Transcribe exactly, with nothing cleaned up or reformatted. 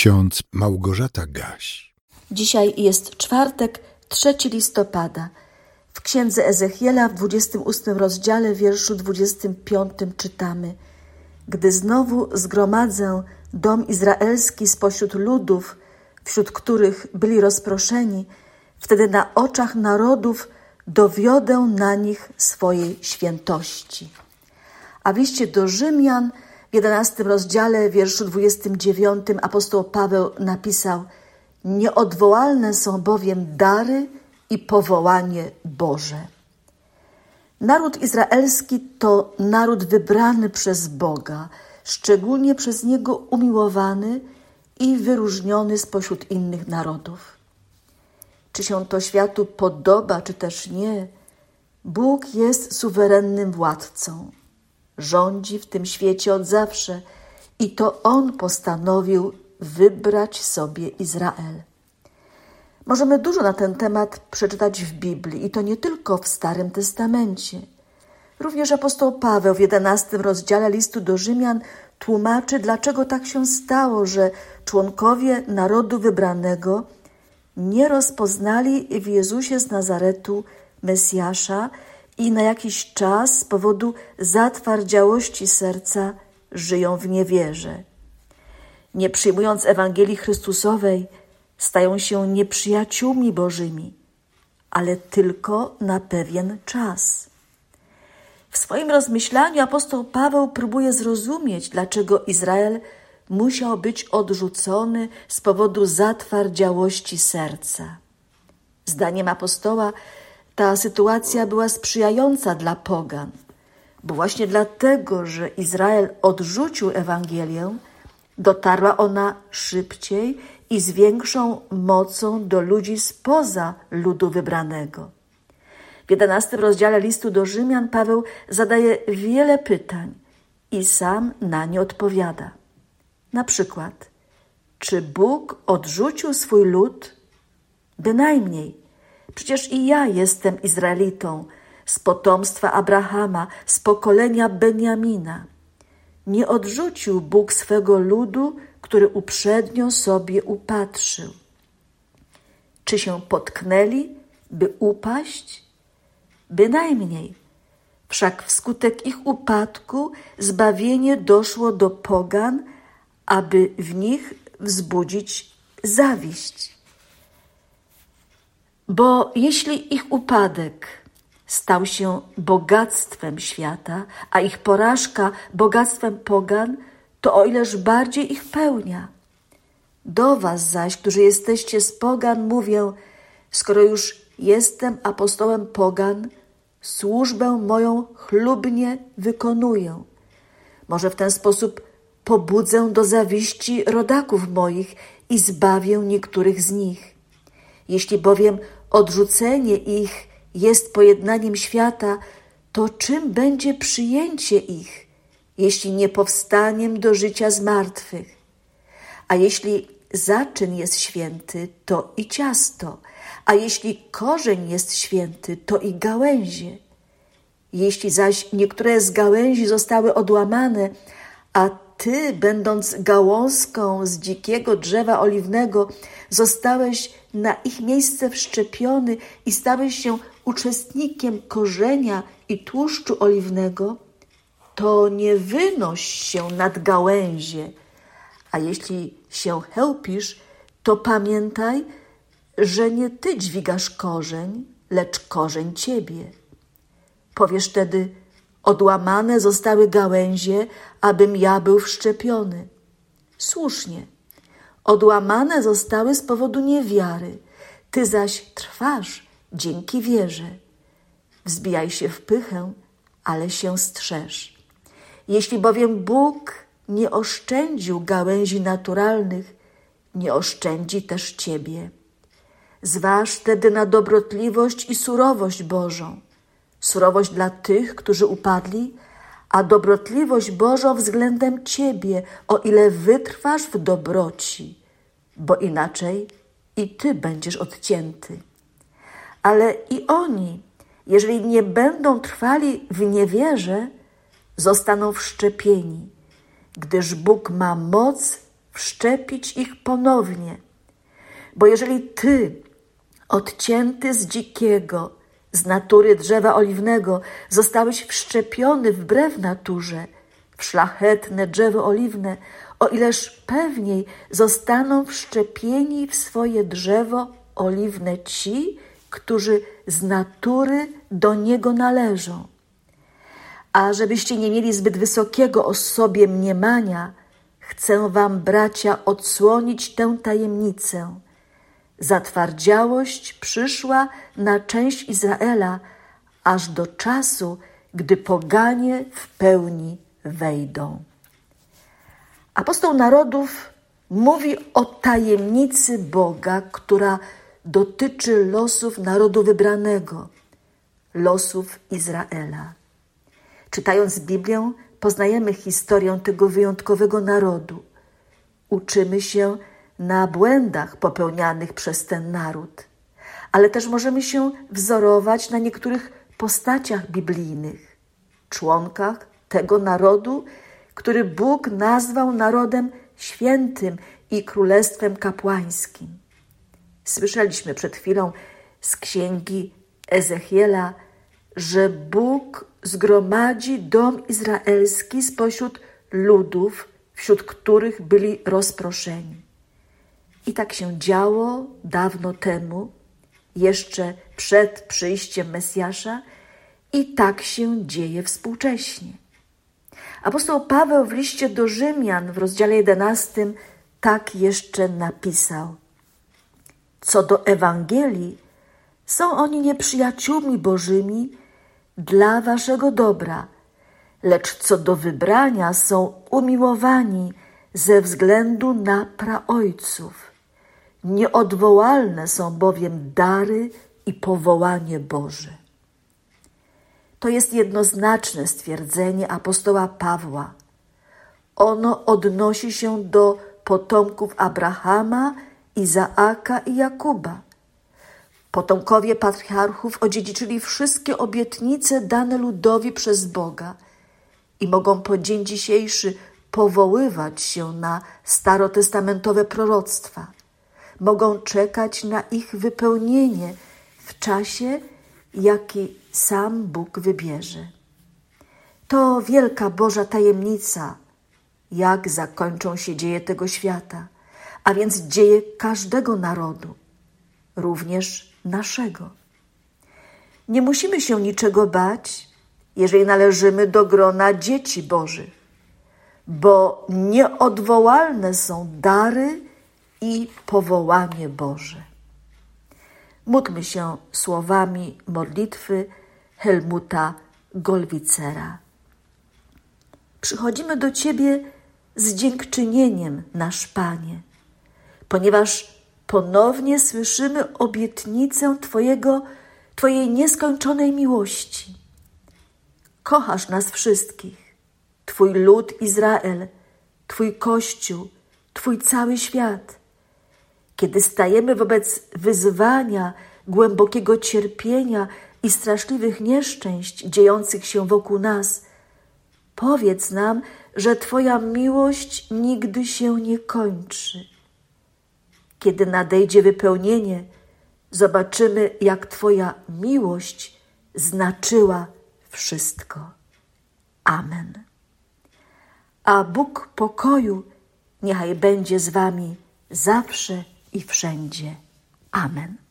Ksiądz Małgorzata Gaś. Dzisiaj jest czwartek, trzeciego listopada. W księdze Ezechiela w dwudziestym ósmym rozdziale, wierszu dwudziestym piątym czytamy: Gdy znowu zgromadzę dom izraelski spośród ludów, wśród których byli rozproszeni, wtedy na oczach narodów dowiodę na nich swojej świętości. A w liście do Rzymian w jedenastym rozdziale, wierszu dwudziestym dziewiątym apostoł Paweł napisał: Nieodwołalne są bowiem dary i powołanie Boże. Naród izraelski to naród wybrany przez Boga, szczególnie przez Niego umiłowany i wyróżniony spośród innych narodów. Czy się to światu podoba, czy też nie, Bóg jest suwerennym władcą. Rządzi w tym świecie od zawsze i to On postanowił wybrać sobie Izrael. Możemy dużo na ten temat przeczytać w Biblii i to nie tylko w Starym Testamencie. Również apostoł Paweł w jedenastym rozdziale listu do Rzymian tłumaczy, dlaczego tak się stało, że członkowie narodu wybranego nie rozpoznali w Jezusie z Nazaretu Mesjasza i na jakiś czas z powodu zatwardziałości serca żyją w niewierze. Nie przyjmując Ewangelii Chrystusowej, stają się nieprzyjaciółmi Bożymi, ale tylko na pewien czas. W swoim rozmyślaniu apostoł Paweł próbuje zrozumieć, dlaczego Izrael musiał być odrzucony z powodu zatwardziałości serca. Zdaniem apostoła ta sytuacja była sprzyjająca dla pogan, bo właśnie dlatego, że Izrael odrzucił Ewangelię, dotarła ona szybciej i z większą mocą do ludzi spoza ludu wybranego. W jedenastym rozdziale listu do Rzymian Paweł zadaje wiele pytań i sam na nie odpowiada. Na przykład, czy Bóg odrzucił swój lud? Bynajmniej. Przecież i ja jestem Izraelitą, z potomstwa Abrahama, z pokolenia Benjamina. Nie odrzucił Bóg swego ludu, który uprzednio sobie upatrzył. Czy się potknęli, by upaść? Bynajmniej. Wszak wskutek ich upadku zbawienie doszło do pogan, aby w nich wzbudzić zawiść. Bo jeśli ich upadek stał się bogactwem świata, a ich porażka bogactwem pogan, to o ileż bardziej ich pełnia. Do was zaś, którzy jesteście z pogan, mówię, skoro już jestem apostołem pogan, służbę moją chlubnie wykonuję. Może w ten sposób pobudzę do zawiści rodaków moich i zbawię niektórych z nich. Jeśli bowiem odrzucenie ich jest pojednaniem świata, to czym będzie przyjęcie ich, jeśli nie powstaniem do życia z martwych? A jeśli zaczyn jest święty, to i ciasto, a jeśli korzeń jest święty, to i gałęzie. Jeśli zaś niektóre z gałęzi zostały odłamane, a ty, będąc gałązką z dzikiego drzewa oliwnego, zostałeś na ich miejsce wszczepiony i stałeś się uczestnikiem korzenia i tłuszczu oliwnego, to nie wynoś się nad gałęzie, a jeśli się chełpisz, to pamiętaj, że nie ty dźwigasz korzeń, lecz korzeń ciebie. Powiesz wtedy, odłamane zostały gałęzie, abym ja był wszczepiony. Słusznie, odłamane zostały z powodu niewiary, ty zaś trwasz dzięki wierze. Wzbijaj się w pychę, ale się strzeż. Jeśli bowiem Bóg nie oszczędził gałęzi naturalnych, nie oszczędzi też ciebie. Zważ wtedy na dobrotliwość i surowość Bożą. Surowość dla tych, którzy upadli, a dobrotliwość Bożą względem ciebie, o ile wytrwasz w dobroci, bo inaczej i ty będziesz odcięty. Ale i oni, jeżeli nie będą trwali w niewierze, zostaną wszczepieni, gdyż Bóg ma moc wszczepić ich ponownie. Bo jeżeli ty, odcięty z dzikiego, z natury drzewa oliwnego, zostałeś wszczepiony wbrew naturze w szlachetne drzewo oliwne, o ileż pewniej zostaną wszczepieni w swoje drzewo oliwne ci, którzy z natury do niego należą. A żebyście nie mieli zbyt wysokiego o sobie mniemania, chcę wam, bracia, odsłonić tę tajemnicę. Zatwardziałość przyszła na część Izraela, aż do czasu, gdy poganie w pełni wejdą. Apostoł narodów mówi o tajemnicy Boga, która dotyczy losów narodu wybranego, losów Izraela. Czytając Biblię, poznajemy historię tego wyjątkowego narodu. Uczymy się na błędach popełnianych przez ten naród, ale też możemy się wzorować na niektórych postaciach biblijnych, członkach tego narodu, który Bóg nazwał narodem świętym i królestwem kapłańskim. Słyszeliśmy przed chwilą z księgi Ezechiela, że Bóg zgromadzi dom izraelski spośród ludów, wśród których byli rozproszeni. I tak się działo dawno temu, jeszcze przed przyjściem Mesjasza, i tak się dzieje współcześnie. Apostoł Paweł w liście do Rzymian w rozdziale jedenastym tak jeszcze napisał: co do Ewangelii, są oni nieprzyjaciółmi Bożymi dla waszego dobra, lecz co do wybrania są umiłowani ze względu na praojców. Nieodwołalne są bowiem dary i powołanie Boże. To jest jednoznaczne stwierdzenie apostoła Pawła. Ono odnosi się do potomków Abrahama, Izaaka i Jakuba. Potomkowie patriarchów odziedziczyli wszystkie obietnice dane ludowi przez Boga i mogą po dzień dzisiejszy powoływać się na starotestamentowe proroctwa. Mogą czekać na ich wypełnienie w czasie, jaki sam Bóg wybierze. To wielka Boża tajemnica, jak zakończą się dzieje tego świata, a więc dzieje każdego narodu, również naszego. Nie musimy się niczego bać, jeżeli należymy do grona dzieci Bożych, bo nieodwołalne są dary i powołanie Boże. Módlmy się słowami modlitwy Helmuta Golwicera. Przychodzimy do Ciebie z dziękczynieniem, nasz Panie, ponieważ ponownie słyszymy obietnicę Twojego, Twojej nieskończonej miłości. Kochasz nas wszystkich, Twój lud Izrael, Twój Kościół, Twój cały świat. Kiedy stajemy wobec wyzwania, głębokiego cierpienia i straszliwych nieszczęść dziejących się wokół nas, powiedz nam, że Twoja miłość nigdy się nie kończy. Kiedy nadejdzie wypełnienie, zobaczymy, jak Twoja miłość znaczyła wszystko. Amen. A Bóg pokoju niechaj będzie z wami zawsze i wszędzie. Amen.